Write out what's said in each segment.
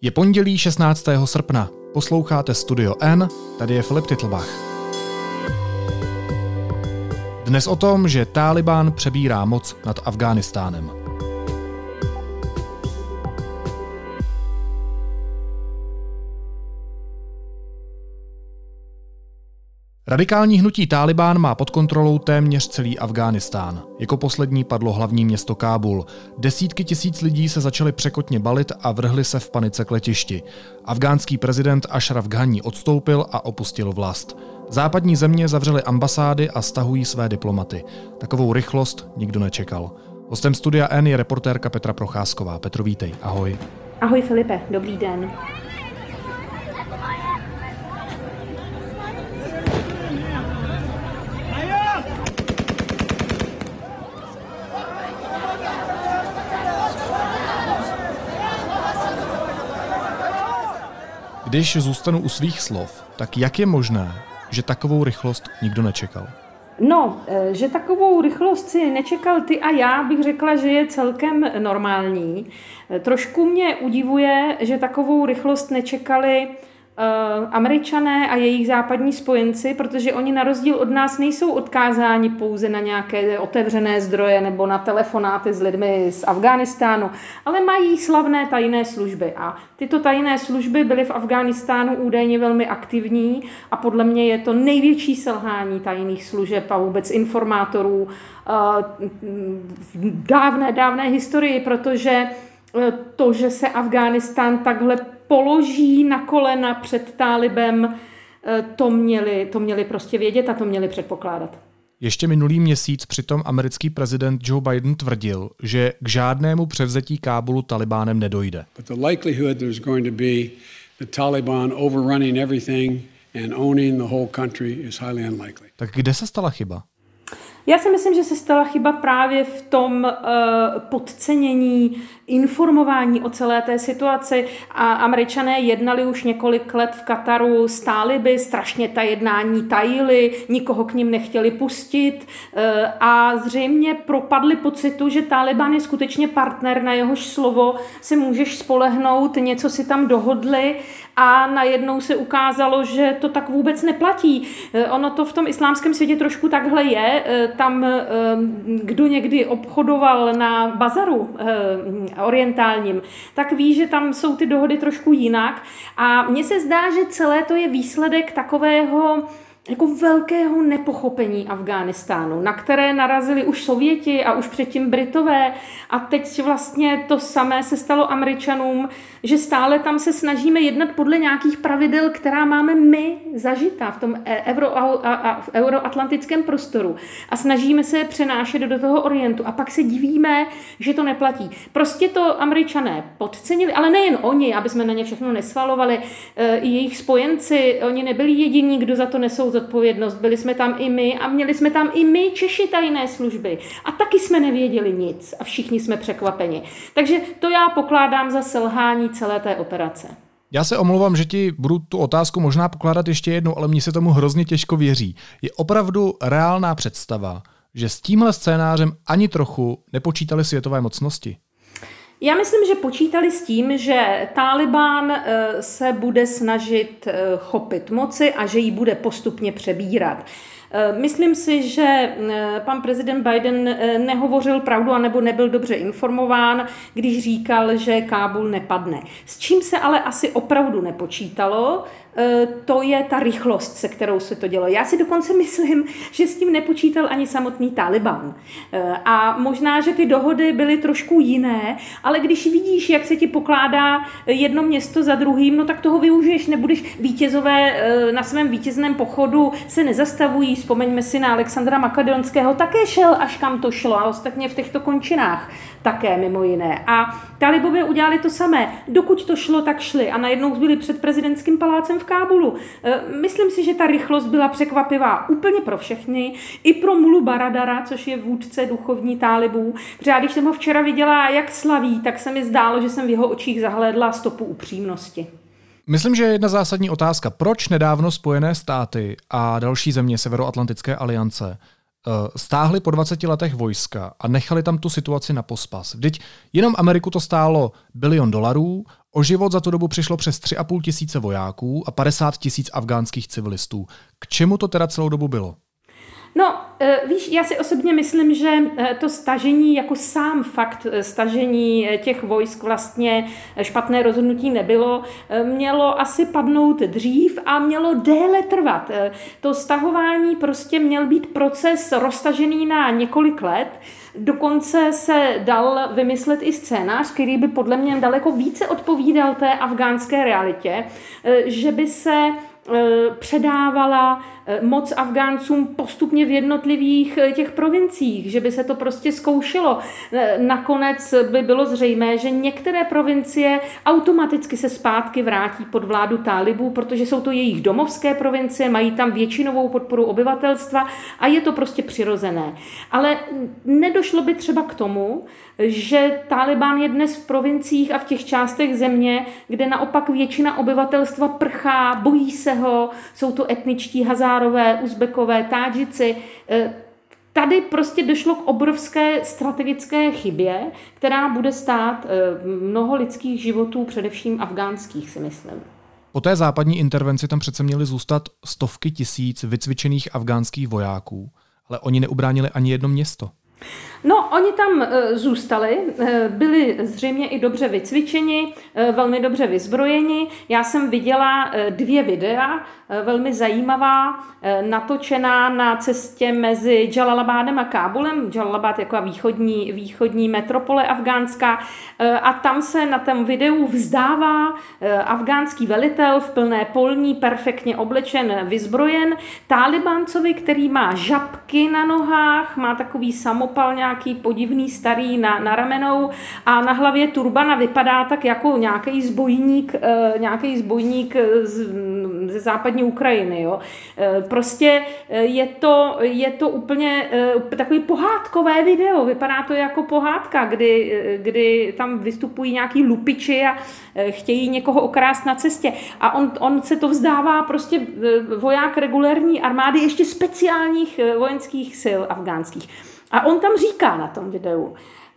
Je pondělí 16. srpna. Posloucháte Studio N, tady je Filip Titlbach. Dnes o tom, že Tálibán přebírá moc nad Afghánistánem. Radikální hnutí Tálibán má pod kontrolou téměř celý Afghánistán. Jako poslední padlo hlavní město Kábul. Desítky tisíc lidí se začaly překotně balit a vrhli se v panice k letišti. Afghánský prezident Ashraf Ghani odstoupil a opustil vlast. Západní země zavřely ambasády a stahují své diplomaty. Takovou rychlost nikdo nečekal. Hostem Studia N je reportérka Petra Procházková. Petro, vítej. Ahoj. Ahoj Filipe, dobrý den. Když zůstanu u svých slov, tak jak je možné, že takovou rychlost nikdo nečekal? No, že takovou rychlost si nečekal ty a já, bych řekla, že je celkem normální. Trošku mě udivuje, že takovou rychlost nečekali Američané a jejich západní spojenci, protože oni na rozdíl od nás nejsou odkázáni pouze na nějaké otevřené zdroje nebo na telefonáty s lidmi z Afghánistánu, ale mají slavné tajné služby a tyto tajné služby byly v Afghánistánu údajně velmi aktivní a podle mě je to největší selhání tajných služeb a vůbec informátorů v dávné historii, protože to, že se Afghánistán takhle položí na kolena před Tálibem, to měli prostě vědět a to měli předpokládat. Ještě minulý měsíc přitom americký prezident Joe Biden tvrdil, že k žádnému převzetí Kábulu Talibánem nedojde. But the likelihood there's going to be the Taliban overrunning everything and owning the whole country is highly unlikely. Tak kde se stala chyba? Já si myslím, že se stala chyba právě v tom podcenění, informování o celé té situaci a Američané jednali už několik let v Kataru s Táliby, strašně ta jednání tajili, nikoho k nim nechtěli pustit a zřejmě propadli pocitu, že Tálibán je skutečně partner, na jehož slovo se můžeš spolehnout, něco si tam dohodli a najednou se ukázalo, že to tak vůbec neplatí. Ono to v tom islámském světě trošku takhle je. Tam, kdo někdy obchodoval na bazaru orientálním, tak ví, že tam jsou ty dohody trošku jinak. A mně se zdá, že celé to je výsledek takového jako velkého nepochopení Afghánistánu, na které narazili už Sověti a už předtím Britové a teď vlastně to samé se stalo Američanům, že stále tam se snažíme jednat podle nějakých pravidel, která máme my zažitá v tom euroatlantickém prostoru a snažíme se je přenášet do toho Orientu a pak se divíme, že to neplatí. Prostě to Američané podcenili, ale nejen oni, aby jsme na ně všechno nesvalovali, i jejich spojenci, oni nebyli jediní, kdo za to nesou zodpovědnost. Byli jsme tam i my a měli jsme tam i my Češi tajné služby. A taky jsme nevěděli nic a všichni jsme překvapeni. Takže to já pokládám za selhání celé té operace. Já se omlouvám, že ti budu tu otázku možná pokládat ještě jednou, ale mně se tomu hrozně těžko věří. Je opravdu reálná představa, že s tímhle scénářem ani trochu nepočítali světové mocnosti? Já myslím, že počítali s tím, že Tálibán se bude snažit chopit moci a že ji bude postupně přebírat. Myslím si, že pan prezident Biden nehovořil pravdu anebo nebyl dobře informován, když říkal, že Kábul nepadne. S čím se ale asi opravdu nepočítalo, to je ta rychlost, se kterou se to dělo. Já si dokonce myslím, že s tím nepočítal ani samotný Tálibán. A možná, že ty dohody byly trošku jiné, ale když vidíš, jak se ti pokládá jedno město za druhým, no tak toho využiješ, nebudeš vítězové na svém vítězném pochodu se nezastavují. Vzpomeňme si na Alexandra Makedonského, také šel, až kam to šlo a ostatně v těchto končinách také mimo jiné. A Talibové udělali to samé. Dokud to šlo, tak šli a najednou byli před prezidentským palácem v Kábulu. Myslím si, že ta rychlost byla překvapivá úplně pro všechny, i pro Mulu Baradara, což je vůdce duchovní Tálibů. Protože já, když jsem ho včera viděla, jak slaví, tak se mi zdálo, že jsem v jeho očích zahlédla stopu upřímnosti. Myslím, že je jedna zásadní otázka. Proč nedávno Spojené státy a další země Severoatlantické aliance stáhli po 20 letech vojska a nechali tam tu situaci na pospas? Vždyť jenom Ameriku to stálo $1 bilion O život za tu dobu přišlo přes 3,5 tisíce vojáků a 50 000 afgánských civilistů. K čemu to teda celou dobu bylo? No, víš, já si osobně myslím, že to stažení, jako sám fakt stažení těch vojsk vlastně špatné rozhodnutí nebylo, mělo asi padnout dřív a mělo déle trvat. To stahování prostě měl být proces roztažený na několik let. Dokonce se dal vymyslet i scénář, který by podle mě daleko více odpovídal té afgánské realitě, že by se předávala moc Afgáncům postupně v jednotlivých těch provinciích, že by se to prostě zkoušelo. Nakonec by bylo zřejmé, že některé provincie automaticky se zpátky vrátí pod vládu Tálibů, protože jsou to jejich domovské provincie, mají tam většinovou podporu obyvatelstva a je to prostě přirozené. Ale nedošlo by třeba k tomu, že Tálibán je dnes v provinciích a v těch částech země, kde naopak většina obyvatelstva prchá, bojí se ho, jsou to etničtí Hazárové, Uzbekové, Tádžici. Tady prostě došlo k obrovské strategické chybě, která bude stát mnoho lidských životů, především afgánských, si myslím. Po té západní intervenci tam přece měly zůstat stovky tisíc vycvičených afgánských vojáků, ale oni neubránili ani jedno město. No, oni tam zůstali, byli zřejmě i dobře vycvičeni, velmi dobře vyzbrojeni. Já jsem viděla 2 videa, velmi zajímavá, natočená na cestě mezi Džalalabádem a Kábulem. Džalalabád je jako východní metropole afgánská. A tam se na tom videu vzdává afgánský velitel v plné polní, perfektně oblečen, vyzbrojen Tálibáncovi, který má žabky na nohách, má takový samopal nějaký podivný starý na ramenou a na hlavě turbana vypadá tak jako nějaký zbojník ze západní Ukrajiny. Jo. Prostě je to úplně takový pohádkové video. Vypadá to jako pohádka, kdy tam vystupují nějaký lupiči a chtějí někoho okrást na cestě. A on se to vzdává prostě voják regulérní armády ještě speciálních vojenských sil afgánských. A on tam říká na tom videu,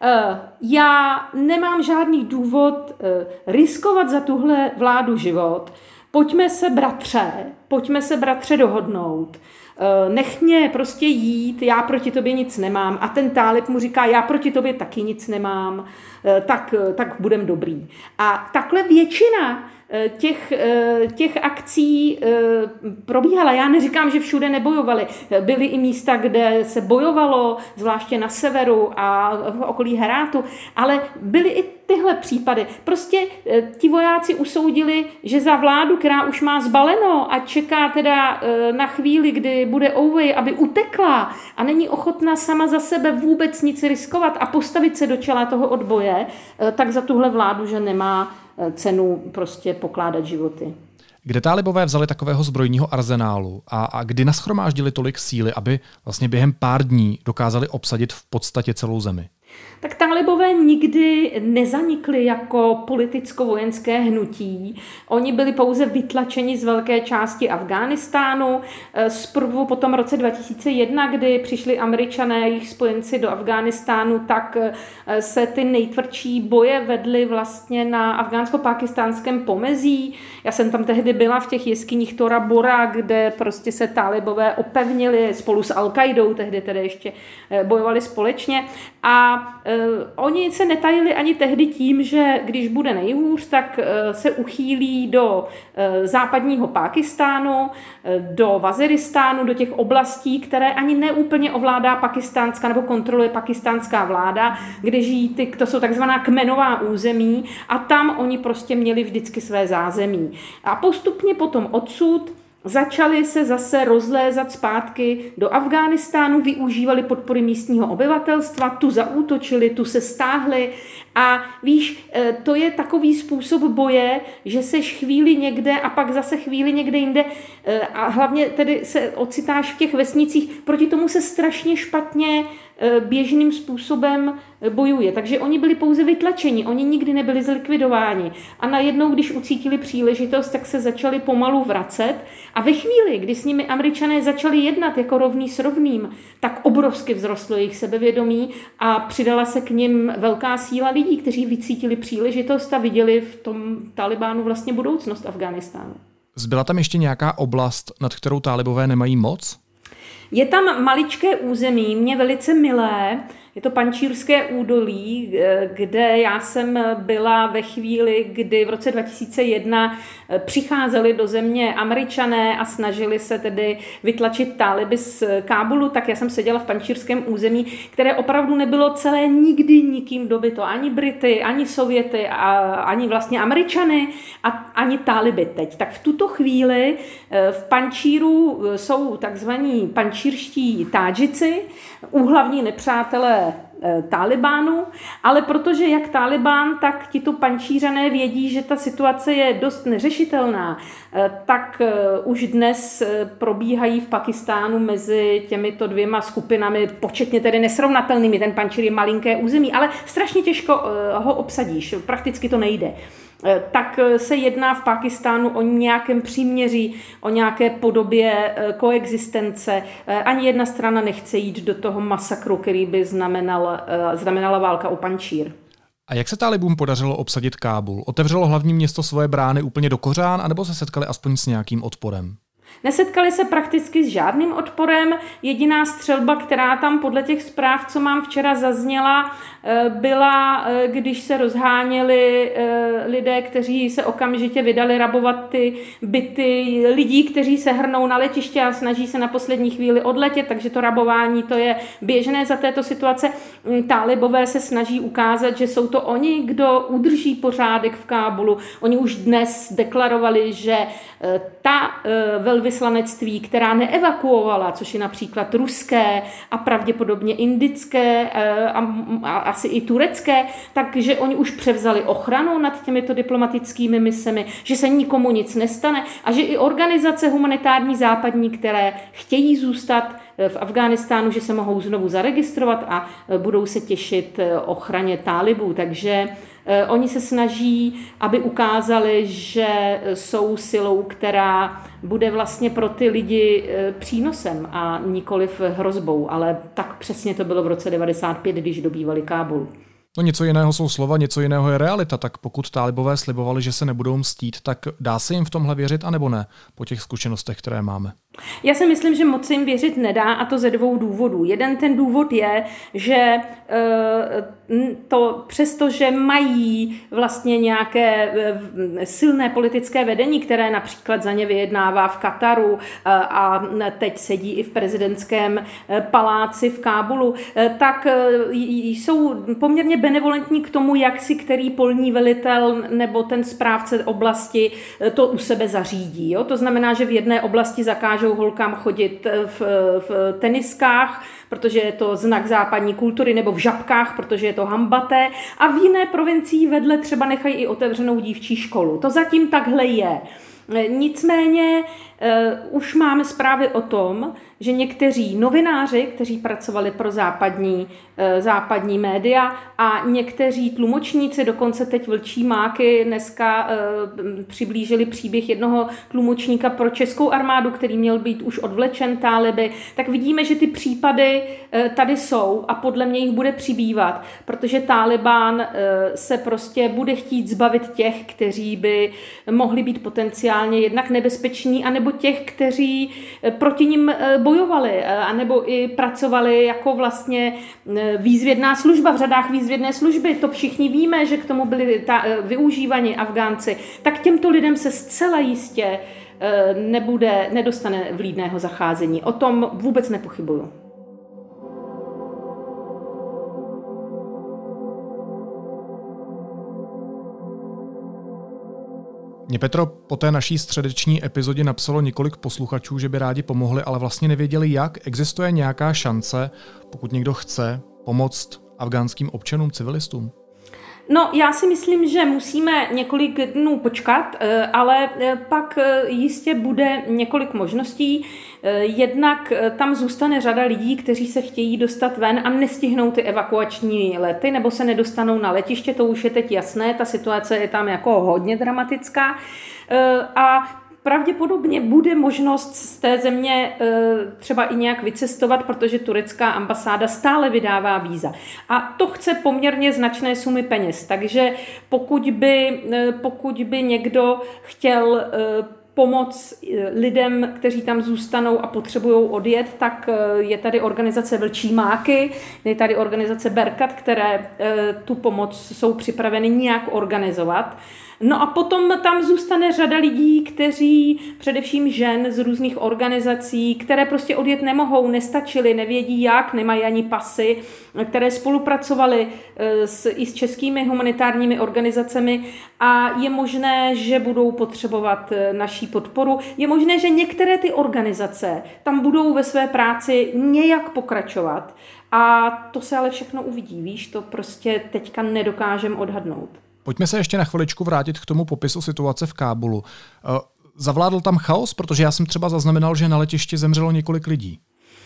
já nemám žádný důvod riskovat za tuhle vládu život, pojďme se bratře dohodnout, nech mě prostě jít, já proti tobě nic nemám. A ten Tálib mu říká, já proti tobě taky nic nemám, tak budem dobrý. A takhle většina těch akcí probíhala. Já neříkám, že všude nebojovali. Byly i místa, kde se bojovalo, zvláště na severu a v okolí Herátu, ale byly i tyhle případy. Prostě ti vojáci usoudili, že za vládu, která už má zbaleno a čeká teda na chvíli, kdy bude ouvej, aby utekla a není ochotná sama za sebe vůbec nic riskovat a postavit se do čela toho odboje, tak za tuhle vládu, že nemá cenu prostě pokládat životy. Kde Tálibové vzali takového zbrojního arzenálu a kdy nashromáždili tolik síly, aby vlastně během pár dní dokázali obsadit v podstatě celou zemi? Tak Tálibové nikdy nezanikli jako politicko-vojenské hnutí. Oni byli pouze vytlačeni z velké části Afghánistánu. Zprvu po tom roce 2001, kdy přišli Američané a jejich spojenci do Afghánistánu, tak se ty nejtvrdší boje vedly vlastně na afgánsko-pákistánském pomezí. Já jsem tam tehdy byla v těch jeskyních Tora Bora, kde prostě se Tálibové opevnili spolu s Al-Qaidou, tehdy tedy ještě bojovali společně. A oni se netajili ani tehdy tím, že když bude nejhůř, tak se uchýlí do západního Pákistánu, do Waziristánu, do těch oblastí, které ani neúplně ovládá pakistánská nebo kontroluje pakistánská vláda, kde žijí to jsou takzvaná kmenová území a tam oni prostě měli vždycky své zázemí. A postupně potom odsud začali se zase rozlézat zpátky do Afghánistánu, využívali podpory místního obyvatelstva, tu zaútočili, tu se stáhli a víš, to je takový způsob boje, že seš chvíli někde a pak zase chvíli někde jinde a hlavně tedy se ocitáš v těch vesnicích, proti tomu se strašně špatně běžným způsobem bojuje. Takže oni byli pouze vytlačeni, oni nikdy nebyli zlikvidováni. A najednou, když ucítili příležitost, tak se začali pomalu vracet. A ve chvíli, kdy s nimi Američané začali jednat jako rovný s rovným, tak obrovsky vzrostlo jejich sebevědomí a přidala se k nim velká síla lidí. lidí, kteří vycítili příležitost a viděli v tom Talibánu vlastně budoucnost Afghánistánu. Zbyla tam ještě nějaká oblast, nad kterou Tálibové nemají moc? Je tam maličké území, mě velice milé, je to Pančírské údolí, kde já jsem byla ve chvíli, kdy v roce 2001 přicházeli do země Američané a snažili se tedy vytlačit Táliby z Kábulu, tak já jsem seděla v Pančírském území, které opravdu nebylo celé nikdy nikým dobyto. Ani Brity, ani Sověty, ani vlastně Američany a ani Táliby teď. Tak v tuto chvíli v Pančíru jsou takzvaní pančírští Tádžici, úhlavní nepřátelé Talibánu, ale protože jak Talibán, tak tito Pančířané vědí, že ta situace je dost neřešitelná, tak už dnes probíhají v Pakistánu mezi těmito dvěma skupinami, početně tedy nesrovnatelnými, ten Pančír je malinké území, ale strašně těžko ho obsadíš, prakticky to nejde. Tak se jedná v Pákistánu o nějakém příměří, o nějaké podobě koexistence. Ani jedna strana nechce jít do toho masakru, který by znamenala válka o Pančír. A jak se Tálibům podařilo obsadit Kábul? Otevřelo hlavní město svoje brány úplně do kořán, anebo se setkali aspoň s nějakým odporem? Nesetkali se prakticky s žádným odporem. Jediná střelba, která tam podle těch zpráv, co mám včera zazněla, byla, když se rozháněli lidé, kteří se okamžitě vydali rabovat ty byty lidí, kteří se hrnou na letiště a snaží se na poslední chvíli odletět, takže to rabování to je běžné za této situace. Tálibové se snaží ukázat, že jsou to oni, kdo udrží pořádek v Kábulu. Oni už dnes deklarovali, že ta velvyslanectví, která neevakuovala, což je například ruské a pravděpodobně indické a asi i turecké, takže oni už převzali ochranu nad těmito diplomatickými misemi, že se nikomu nic nestane a že i organizace humanitární západní, které chtějí zůstat v Afghánistánu, že se mohou znovu zaregistrovat a budou se těšit ochraně Tálibů. Takže oni se snaží, aby ukázali, že jsou silou, která bude vlastně pro ty lidi přínosem a nikoliv hrozbou, ale tak přesně to bylo v roce 1995, když dobývali Kábul. No něco jiného jsou slova, něco jiného je realita, tak pokud Tálibové slibovali, že se nebudou mstít, tak dá se jim v tomhle věřit, anebo ne, po těch zkušenostech, které máme? Já si myslím, že moc se jim věřit nedá, a to ze dvou důvodů. Jeden ten důvod je, že to přesto, že mají vlastně nějaké silné politické vedení, které například za ně vyjednává v Kataru a teď sedí i v prezidentském paláci v Kábulu, tak jsou poměrně benevolentní k tomu, jak si který polní velitel nebo ten správce oblasti to u sebe zařídí. Jo? To znamená, že v jedné oblasti zakážou holkám chodit v teniskách, protože je to znak západní kultury, nebo v žabkách, protože je to hambaté, a v jiné provincii vedle třeba nechají i otevřenou dívčí školu. To zatím takhle je. Nicméně už máme zprávy o tom, že někteří novináři, kteří pracovali pro západní média, a někteří tlumočníci, dokonce teď Vlčí máky dneska přiblížili příběh jednoho tlumočníka pro českou armádu, který měl být už odvlečen Táliby, tak vidíme, že ty případy tady jsou a podle mě jich bude přibývat, protože Tálibán se prostě bude chtít zbavit těch, kteří by mohli být potenciálně jednak nebezpeční, anebo těch, kteří proti nim bojovali, anebo i pracovali jako vlastně výzvědná služba v řadách výzvědné služby. To všichni víme, že k tomu byli využívaní Afgánci. Tak těmto lidem se zcela jistě nedostane vlídného zacházení. O tom vůbec nepochybuju. Mě, Petro, po té naší středeční epizodě napsalo několik posluchačů, že by rádi pomohli, ale vlastně nevěděli jak. Existuje nějaká šance, pokud někdo chce, pomoct afgánským občanům, civilistům? No, já si myslím, že musíme několik dnů počkat, ale pak jistě bude několik možností. Jednak tam zůstane řada lidí, kteří se chtějí dostat ven a nestihnou ty evakuační lety, nebo se nedostanou na letiště, to už je teď jasné, ta situace je tam jako hodně dramatická. A Pravděpodobně bude možnost z té země třeba i nějak vycestovat, protože turecká ambasáda stále vydává víza. A to chce poměrně značné sumy peněz. Takže pokud by někdo chtěl pomoc lidem, kteří tam zůstanou a potřebují odjet, tak je tady organizace Vlčí máky, je tady organizace Berkat, které tu pomoc jsou připraveny nějak organizovat. No a potom tam zůstane řada lidí, kteří, především žen z různých organizací, které prostě odjet nemohou, nestačily, nevědí jak, nemají ani pasy, které spolupracovaly i s českými humanitárními organizacemi a je možné, že budou potřebovat naší podporu. Je možné, že některé ty organizace tam budou ve své práci nějak pokračovat a to se ale všechno uvidí, víš, to prostě teďka nedokážem odhadnout. Pojďme se ještě na chviličku vrátit k tomu popisu situace v Kábulu. Zavládl tam chaos, protože já jsem třeba zaznamenal, že na letišti zemřelo několik lidí.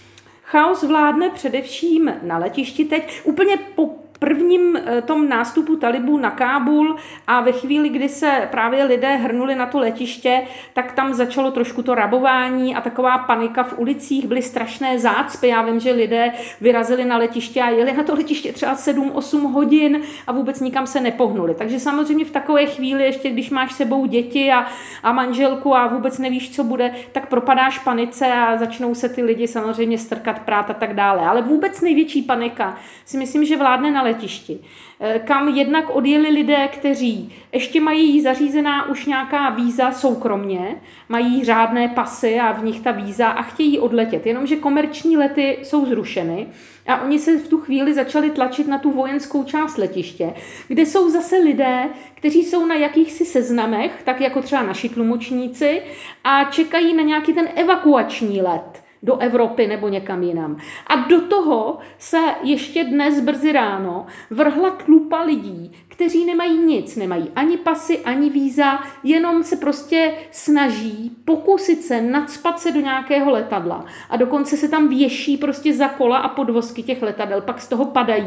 Chaos vládne především na letišti teď. Úplně po prvním tom nástupu talibů na Kábul a ve chvíli, kdy se právě lidé hrnuli na to letiště, tak tam začalo trošku to rabování a taková panika v ulicích, byly strašné zácpy. Já vím, že lidé vyrazili na letiště a jeli na to letiště třeba 7-8 hodin a vůbec nikam se nepohnuli. Takže samozřejmě v takové chvíli, ještě když máš sebou děti a manželku a vůbec nevíš, co bude, tak propadáš panice a začnou se ty lidi samozřejmě strkat, prát a tak dále. Ale vůbec největší panika si myslím, že vládne na letišti, kam jednak odjeli lidé, kteří ještě mají zařízená už nějaká víza soukromně, mají řádné pasy a v nich ta víza a chtějí odletět, jenomže komerční lety jsou zrušeny a oni se v tu chvíli začali tlačit na tu vojenskou část letiště, kde jsou zase lidé, kteří jsou na jakýchsi seznamech, tak jako třeba naši tlumočníci a čekají na nějaký ten evakuační let do Evropy nebo někam jinam. A do toho se ještě dnes brzy ráno vrhla tlupa lidí, kteří nemají nic, nemají ani pasy, ani víza, jenom se prostě snaží pokusit se nacpat se do nějakého letadla a dokonce se tam věší prostě za kola a podvozky těch letadel, pak z toho padají.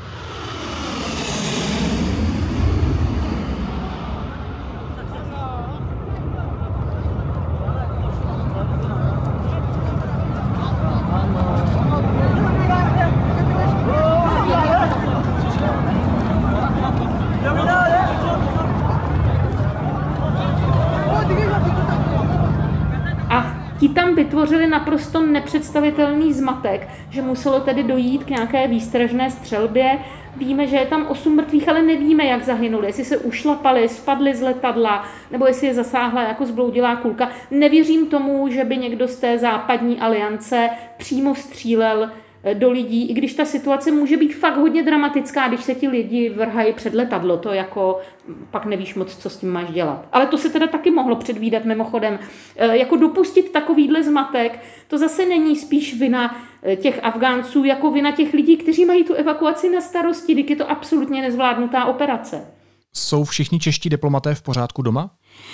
Ti tam vytvořili naprosto nepředstavitelný zmatek, že muselo tedy dojít k nějaké výstražné střelbě. Víme, že je tam 8 mrtvých, ale nevíme, jak zahynuli, jestli se ušlapali, spadli z letadla, nebo jestli je zasáhla jako zbloudilá kulka. Nevěřím tomu, že by někdo z té západní aliance přímo střílel do lidí, i když ta situace může být fakt hodně dramatická, když se ti lidi vrhají před letadlo, to jako pak nevíš moc, co s tím máš dělat. Ale to se teda taky mohlo předvídat mimochodem. Jako dopustit takovýhle zmatek, to zase není spíš vina těch Afgánců, jako vina těch lidí, kteří mají tu evakuaci na starosti, když je to absolutně nezvládnutá operace. Jsou všichni čeští diplomaté v pořádku doma?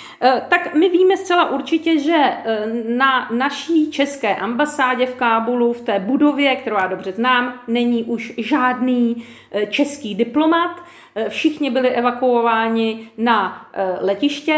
Tak my víme zcela určitě, že na naší české ambasádě v Kábulu, v té budově, kterou já dobře znám, není už žádný český diplomat. Všichni byli evakuováni na letiště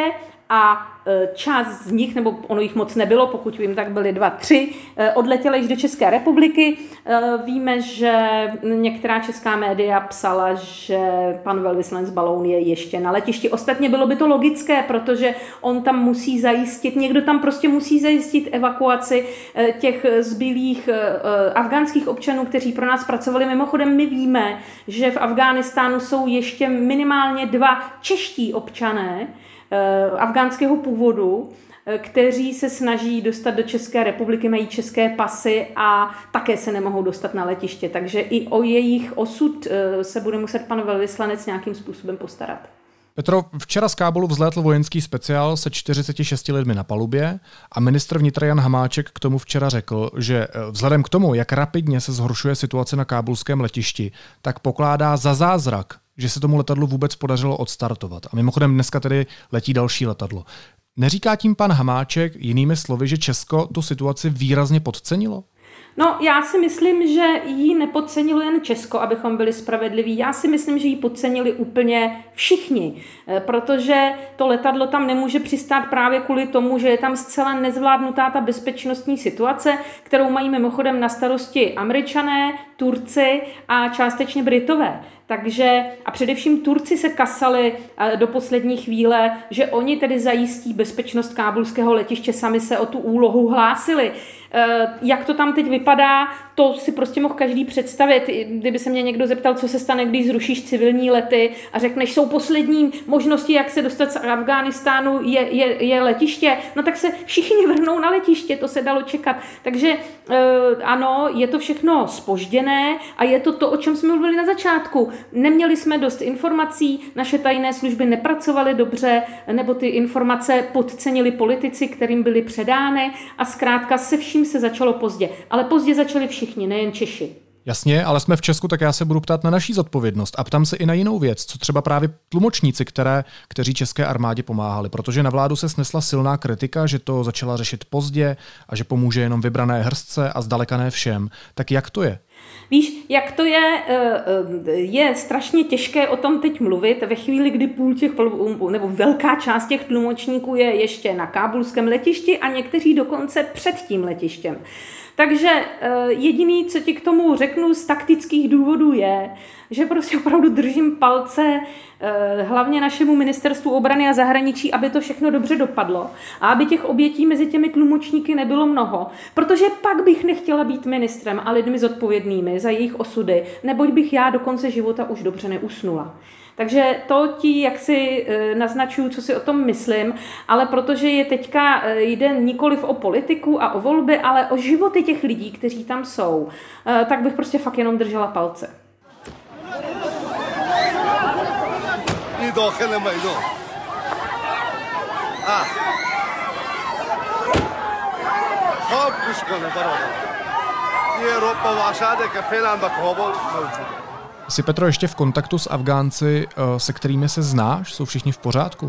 a část z nich, nebo ono jich moc nebylo, pokud vím, tak byly 2-3, odletěli již do České republiky. Víme, že některá česká média psala, že pan velvyslanec Baloun je ještě na letišti. Ostatně bylo by to logické, protože on tam musí zajistit, někdo tam prostě musí zajistit evakuaci těch zbylých afgánských občanů, kteří pro nás pracovali. Mimochodem my víme, že v Afghánistánu jsou ještě minimálně 2 čeští občané afgánského původu, kteří se snaží dostat do České republiky, mají české pasy a také se nemohou dostat na letiště. Takže i o jejich osud se bude muset pan velvyslanec nějakým způsobem postarat. Petro, včera z Kábulu vzlétl vojenský speciál se 46 lidmi na palubě a ministr vnitra Jan Hamáček k tomu včera řekl, že vzhledem k tomu, jak rapidně se zhoršuje situace na kábulském letišti, tak pokládá za zázrak, že se tomu letadlu vůbec podařilo odstartovat. A mimochodem dneska tedy letí další letadlo. Neříká tím pan Hamáček jinými slovy, že Česko tu situaci výrazně podcenilo? No, já si myslím, že ji nepodcenilo jen Česko, abychom byli spravedliví. Já si myslím, že ji podcenili úplně všichni, protože to letadlo tam nemůže přistát právě kvůli tomu, že je tam zcela nezvládnutá ta bezpečnostní situace, kterou mají mimochodem na starosti Američané, Turci a částečně Britové. Takže a především Turci se kasali do poslední chvíle, že oni tedy zajistí bezpečnost kábulského letiště, sami se o tu úlohu hlásili. Jak to tam teď vypadá, to si prostě mohl každý představit. Kdyby se mě někdo zeptal, co se stane, když zrušíš civilní lety a řekneš, jsou poslední možnosti, jak se dostat z Afghánistánu, je letiště, no tak se všichni vrhnou na letiště, to se dalo čekat. Takže ano, je to všechno zpožděné a je to, o čem jsme mluvili na začátku. Neměli jsme dost informací, naše tajné služby nepracovaly dobře, nebo ty informace podcenili politici, kterým byly předány a zkrátka se vším se začalo pozdě. Ale pozdě začali všichni, nejen Češi. Jasně, ale jsme v Česku, tak já se budu ptát na naší zodpovědnost a ptám se i na jinou věc, co třeba právě tlumočníci, kteří české armádě pomáhali, protože na vládu se snesla silná kritika, že to začala řešit pozdě a že pomůže jenom vybrané hrstce a zdaleka ne všem. Tak jak to je? Víš, jak to je strašně těžké o tom teď mluvit ve chvíli, kdy nebo velká část těch tlumočníků je ještě na kábulském letišti a někteří dokonce před tím letištěm. Takže jediný, co ti k tomu řeknu z taktických důvodů je, že prostě opravdu držím palce hlavně našemu ministerstvu obrany a zahraničí, aby to všechno dobře dopadlo a aby těch obětí mezi těmi tlumočníky nebylo mnoho, protože pak bych nechtěla být ministrem a lidmi zodpovědnými za jejich osudy, neboť bych já do konce života už dobře neusnula. Takže to ti jaksi naznačuju, co si o tom myslím, ale protože jde nikoliv o politiku a o volby, ale o životy těch lidí, kteří tam jsou, tak bych prostě fakt jenom držela palce. Jsi, Petro, ještě v kontaktu s Afgánci, se kterými se znáš? Jsou všichni v pořádku?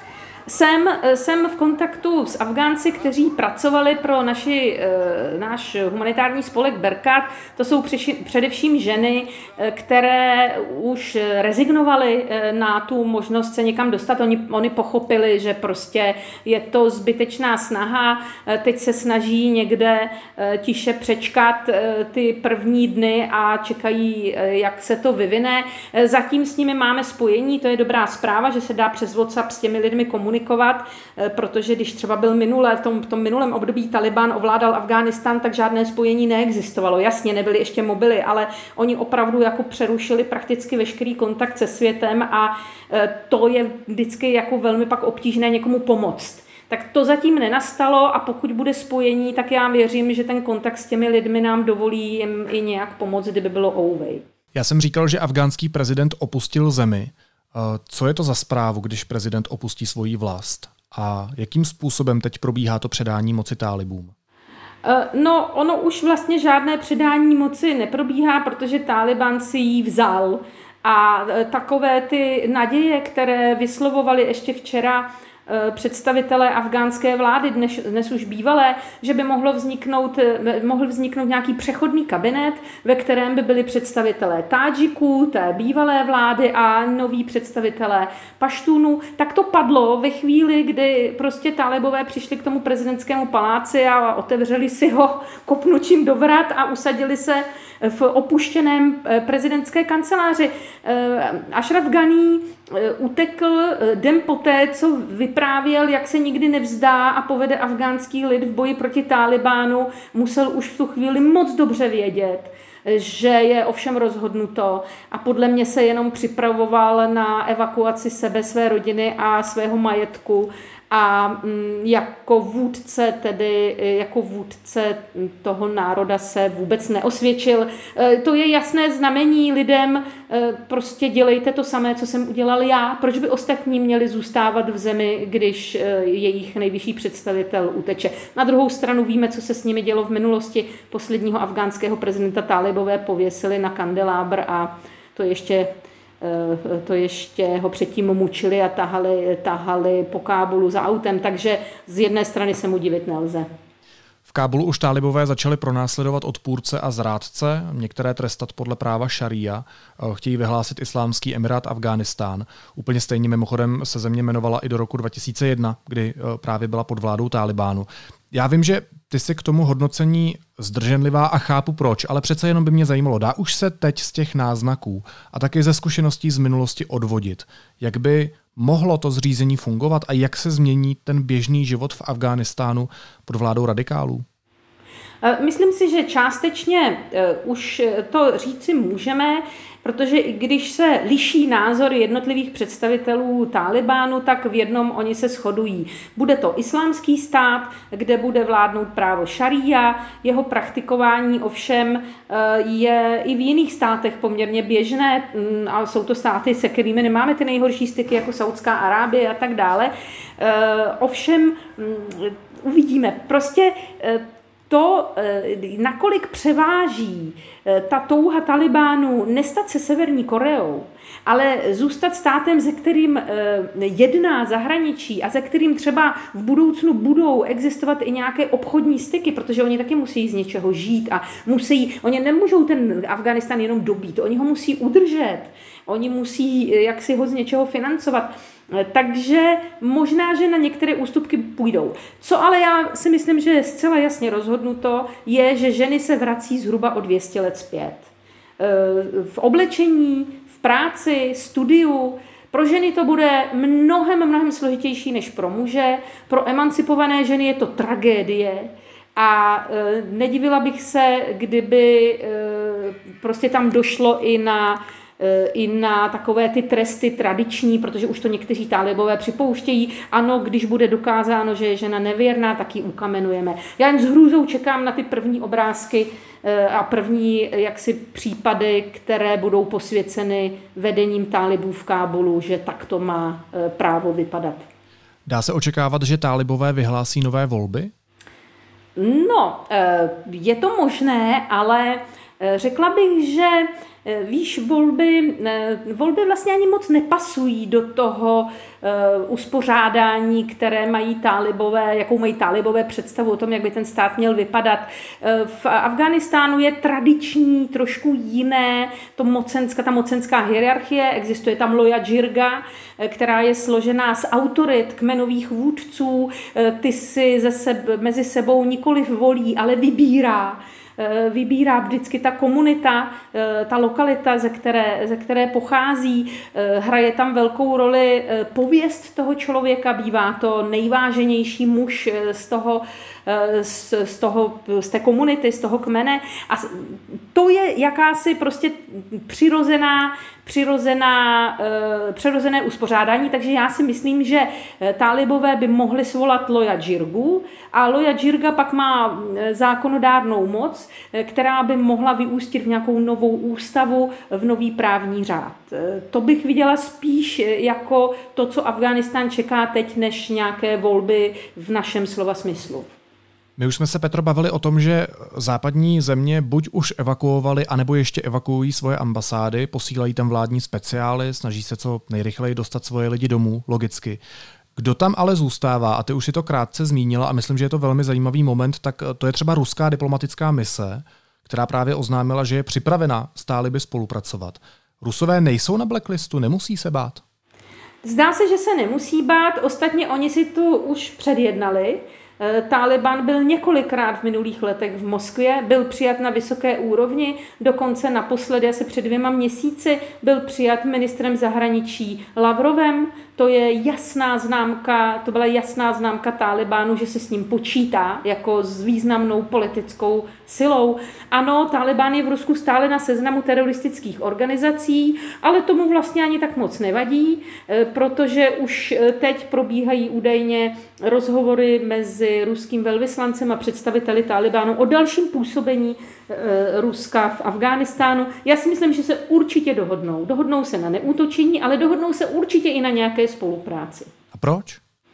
Jsem v kontaktu s Afgánci, kteří pracovali pro náš humanitární spolek Berkat. To jsou především ženy, které už rezignovaly na tu možnost se někam dostat. Oni pochopili, že prostě je to zbytečná snaha. Teď se snaží někde tiše přečkat ty první dny a čekají, jak se to vyvine. Zatím s nimi máme spojení, to je dobrá zpráva, že se dá přes WhatsApp s těmi lidmi komunikovat, protože když třeba byl v tom minulém období Taliban ovládal Afghánistán, tak žádné spojení neexistovalo. Jasně, nebyly ještě mobily, ale oni opravdu jako přerušili prakticky veškerý kontakt se světem a to je vždycky jako velmi pak obtížné někomu pomoct. Tak to zatím nenastalo a pokud bude spojení, tak já věřím, že ten kontakt s těmi lidmi nám dovolí jim i nějak pomoct, kdyby bylo ouvej. Já jsem říkal, že afgánský prezident opustil zemi. Co je to za zprávu, když prezident opustí svoji vlast? A jakým způsobem teď probíhá to předání moci tálibům? No, ono už vlastně žádné předání moci neprobíhá, protože Taliban si ji vzal. A takové ty naděje, které vyslovovali ještě včera představitelé afgánské vlády, dnes už bývalé, že by mohl vzniknout nějaký přechodný kabinet, ve kterém by byli představitelé Tádžiků, té bývalé vlády a noví představitelé Paštúnů. Tak to padlo ve chvíli, kdy prostě Talibové přišli k tomu prezidentskému paláci a otevřeli si ho kopnutím do vrat a usadili se v opuštěném prezidentské kanceláři. Ashraf Ghani utekl den poté, co vyprávěl, jak se nikdy nevzdá a povede afgánský lid v boji proti Talibánu. Musel už v tu chvíli moc dobře vědět, že je ovšem rozhodnuto a podle mě se jenom připravoval na evakuaci sebe, své rodiny a svého majetku a jako vůdce toho národa se vůbec neosvědčil. To je jasné znamení lidem, prostě dělejte to samé, co jsem udělal já. Proč by ostatní měli zůstávat v zemi, když jejich nejvyšší představitel uteče? Na druhou stranu víme, co se s nimi dělo v minulosti. Posledního afgánského prezidenta Talibové pověsili na kandelábr a to ještě ho předtím mučili a tahali po Kábulu za autem, takže z jedné strany se mu divit nelze. V Kábulu už tálibové začali pronásledovat odpůrce a zrádce, některé trestat podle práva šaría, chtějí vyhlásit Islámský emirát Afghánistán. Úplně stejně mimochodem se země jmenovala i do roku 2001, kdy právě byla pod vládou Tálibánu. Já vím, že ty jsi k tomu hodnocení zdrženlivá a chápu proč, ale přece jenom by mě zajímalo, dá už se teď z těch náznaků a taky ze zkušeností z minulosti odvodit, jak by mohlo to zřízení fungovat a jak se změní ten běžný život v Afghánistánu pod vládou radikálů? Myslím si, že částečně už to říci můžeme, protože když se liší názory jednotlivých představitelů Tálibánu, tak v jednom oni se shodují. Bude to islámský stát, kde bude vládnout právo šaría, jeho praktikování ovšem je i v jiných státech poměrně běžné, a jsou to státy, se kterými nemáme ty nejhorší styky, jako Saudská Arábie a tak dále. Ovšem uvidíme. Prostě to, nakolik převáží ta touha Talibánu nestat se Severní Koreou, ale zůstat státem, se kterým jedná zahraničí a se kterým třeba v budoucnu budou existovat i nějaké obchodní styky, protože oni taky musí z něčeho žít a oni nemůžou ten Afghánistán jenom dobít, oni ho musí udržet, oni musí jaksi ho z něčeho financovat. Takže možná, že na některé ústupky půjdou. Co ale já si myslím, že je zcela jasně rozhodnuto, je, že ženy se vrací zhruba o 200 let zpět. V oblečení, v práci, studiu. Pro ženy to bude mnohem složitější než pro muže. Pro emancipované ženy je to tragédie. A nedivila bych se, kdyby prostě tam došlo i na takové ty tresty tradiční, protože už to někteří tálibové připouštějí. Ano, když bude dokázáno, že je žena nevěrná, tak ji ukamenujeme. Já jen s hrůzou čekám na ty první obrázky a první jaksi případy, které budou posvěceny vedením tálibů v Kábulu, že tak to má právo vypadat. Dá se očekávat, že tálibové vyhlásí nové volby? No, je to možné, ale řekla bych, že víš, volby vlastně ani moc nepasují do toho uspořádání, které mají tálibové, jakou mají tálibové představu o tom, jak by ten stát měl vypadat. V Afghánistánu je tradiční, trošku jiné, ta mocenská hierarchie, existuje tam loja džirga, která je složená z autorit kmenových vůdců, ty si mezi sebou nikoliv volí, ale vybírá vždycky ta komunita, ta lokalita, ze které pochází. Hraje tam velkou roli pověst toho člověka, bývá to nejváženější muž z té komunity, z toho kmene. A to je jakási prostě přirozené uspořádání, takže já si myslím, že tálibové by mohli svolat loja džirgu a loja džirga pak má zákonodárnou moc, která by mohla vyústit v nějakou novou ústavu, v nový právní řád. To bych viděla spíš jako to, co Afghánistán čeká teď, než nějaké volby v našem slova smyslu. My už jsme se, Petro, bavili o tom, že západní země buď už evakuovaly, anebo ještě evakuují svoje ambasády, posílají tam vládní speciály, snaží se co nejrychleji dostat svoje lidi domů, logicky. Kdo tam ale zůstává, a ty už si to krátce zmínila a myslím, že je to velmi zajímavý moment, tak to je třeba ruská diplomatická mise, která právě oznámila, že je připravena s táliby spolupracovat. Rusové nejsou na blacklistu, nemusí se bát? Zdá se, že se nemusí bát, ostatně oni si to už předjednali. Tálibán byl několikrát v minulých letech v Moskvě, byl přijat na vysoké úrovni, dokonce naposledy asi před 2 měsíci byl přijat ministrem zahraničí Lavrovem. To byla jasná známka Tálibánu, že se s ním počítá jako s významnou politickou silou. Ano, Tálibán je v Rusku stále na seznamu teroristických organizací, ale tomu vlastně ani tak moc nevadí, protože už teď probíhají údajně rozhovory mezi ruským velvyslancem a představiteli Tálibánu o dalším působení Ruska v Afghánistánu. Já si myslím, že se určitě dohodnou. Dohodnou se na neútočení, ale dohodnou se určitě i na nějaké spolupráci. A proč?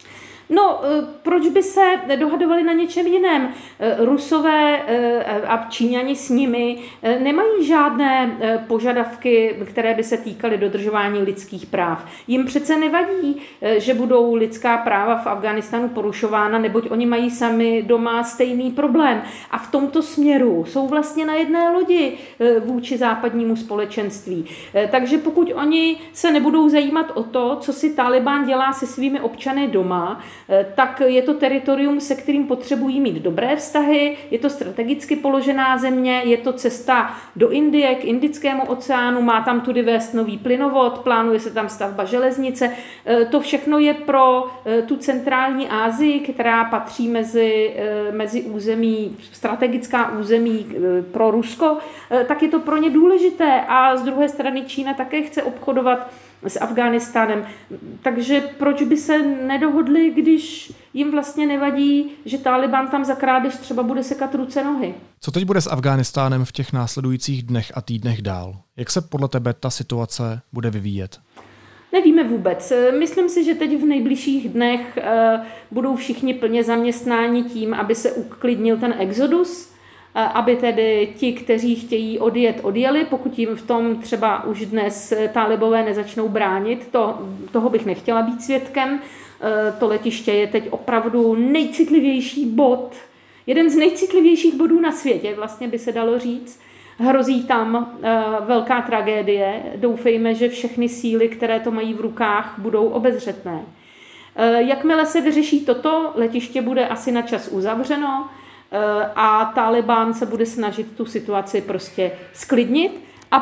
No, proč by se dohadovali na něčem jiném? Rusové a Číňani s nimi nemají žádné požadavky, které by se týkaly dodržování lidských práv. Jim přece nevadí, že budou lidská práva v Afghánistánu porušována, neboť oni mají sami doma stejný problém. A v tomto směru jsou vlastně na jedné lodi vůči západnímu společenství. Takže pokud oni se nebudou zajímat o to, co si Tálibán dělá se svými občany doma, tak je to teritorium, se kterým potřebují mít dobré vztahy, je to strategicky položená země, je to cesta do Indie, k Indickému oceánu, má tam tudy vést nový plynovod, plánuje se tam stavba železnice. To všechno je pro tu centrální Asii, která patří mezi území, strategická území pro Rusko, tak je to pro ně důležité a z druhé strany Čína také chce obchodovat s Afghánistánem. Takže proč by se nedohodli, když jim vlastně nevadí, že Tálibán tam za krádež třeba bude sekat ruce nohy? Co teď bude s Afghánistánem v těch následujících dnech a týdnech dál? Jak se podle tebe ta situace bude vyvíjet? Nevíme vůbec. Myslím si, že teď v nejbližších dnech budou všichni plně zaměstnáni tím, aby se uklidnil ten exodus, aby tedy ti, kteří chtějí odjet, odjeli, pokud jim v tom třeba už dnes Tálibové nezačnou bránit, toho bych nechtěla být svědkem. To letiště je teď opravdu nejcitlivější bod, jeden z nejcitlivějších bodů na světě, vlastně by se dalo říct. Hrozí tam velká tragédie. Doufejme, že všechny síly, které to mají v rukách, budou obezřetné. Jakmile se vyřeší toto, letiště bude asi na čas uzavřeno a Tálibán se bude snažit tu situaci prostě sklidnit a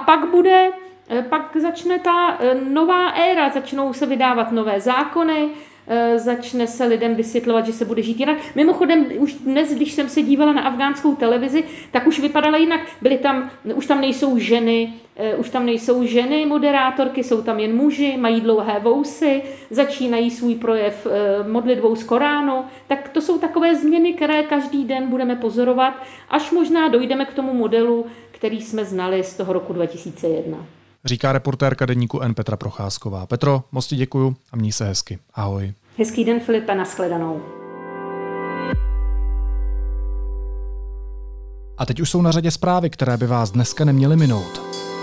pak začne ta nová éra, začnou se vydávat nové zákony, začne se lidem vysvětlovat, že se bude žít jinak. Mimochodem, už dnes, když jsem se dívala na afgánskou televizi, tak už vypadala jinak. Už tam nejsou ženy moderátorky, jsou tam jen muži, mají dlouhé vousy, začínají svůj projev modlitbou z Koránu. Tak to jsou takové změny, které každý den budeme pozorovat, až možná dojdeme k tomu modelu, který jsme znali z toho roku 2001. Říká reportérka deníku N Petra Procházková. Petro, moc ti děkuju a měj se hezky. Ahoj. Hezký den, Filipe, nashledanou. A teď už jsou na řadě zprávy, které by vás dneska neměly minout.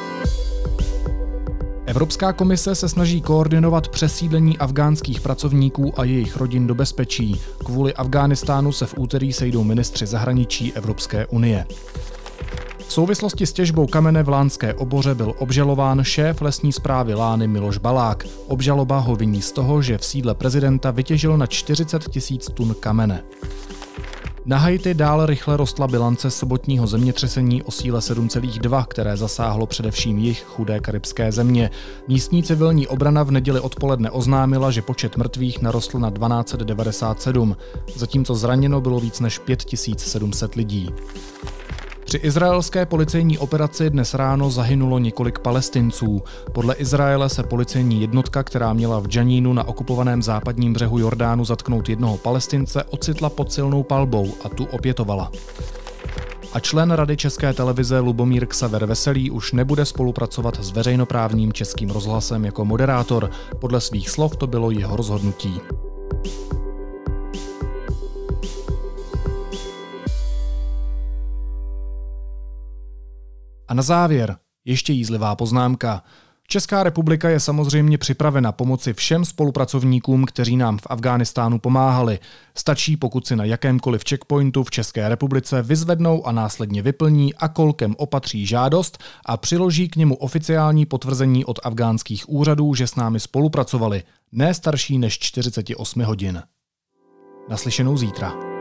Evropská komise se snaží koordinovat přesídlení afghánských pracovníků a jejich rodin do bezpečí. Kvůli Afghánistánu se v úterý sejdou ministři zahraničí Evropské unie. V souvislosti s těžbou kamene v Lánské Oboře byl obžalován šéf lesní správy Lány Miloš Balák. Obžaloba ho viní z toho, že v sídle prezidenta vytěžil na 40 000 tun kamene. Na Haiti dále rychle rostla bilance sobotního zemětřesení o síle 7,2, které zasáhlo především jih chudé karibské země. Místní civilní obrana v neděli odpoledne oznámila, že počet mrtvých narostl na 1297, zatímco zraněno bylo víc než 5700 lidí. Při izraelské policejní operaci dnes ráno zahynulo několik Palestinců. Podle Izraele se policejní jednotka, která měla v Džanínu na okupovaném západním břehu Jordánu zatknout jednoho Palestince, ocitla pod silnou palbou a tu opětovala. A člen Rady České televize Lubomír Ksaver Veselý už nebude spolupracovat s veřejnoprávním Českým rozhlasem jako moderátor. Podle svých slov to bylo jeho rozhodnutí. A na závěr ještě jízlivá poznámka. Česká republika je samozřejmě připravena pomoci všem spolupracovníkům, kteří nám v Afghánistánu pomáhali. Stačí, pokud si na jakémkoliv checkpointu v České republice vyzvednou a následně vyplní a kolkem opatří žádost a přiloží k němu oficiální potvrzení od afghánských úřadů, že s námi spolupracovali, ne starší než 48 hodin. Naslyšenou zítra.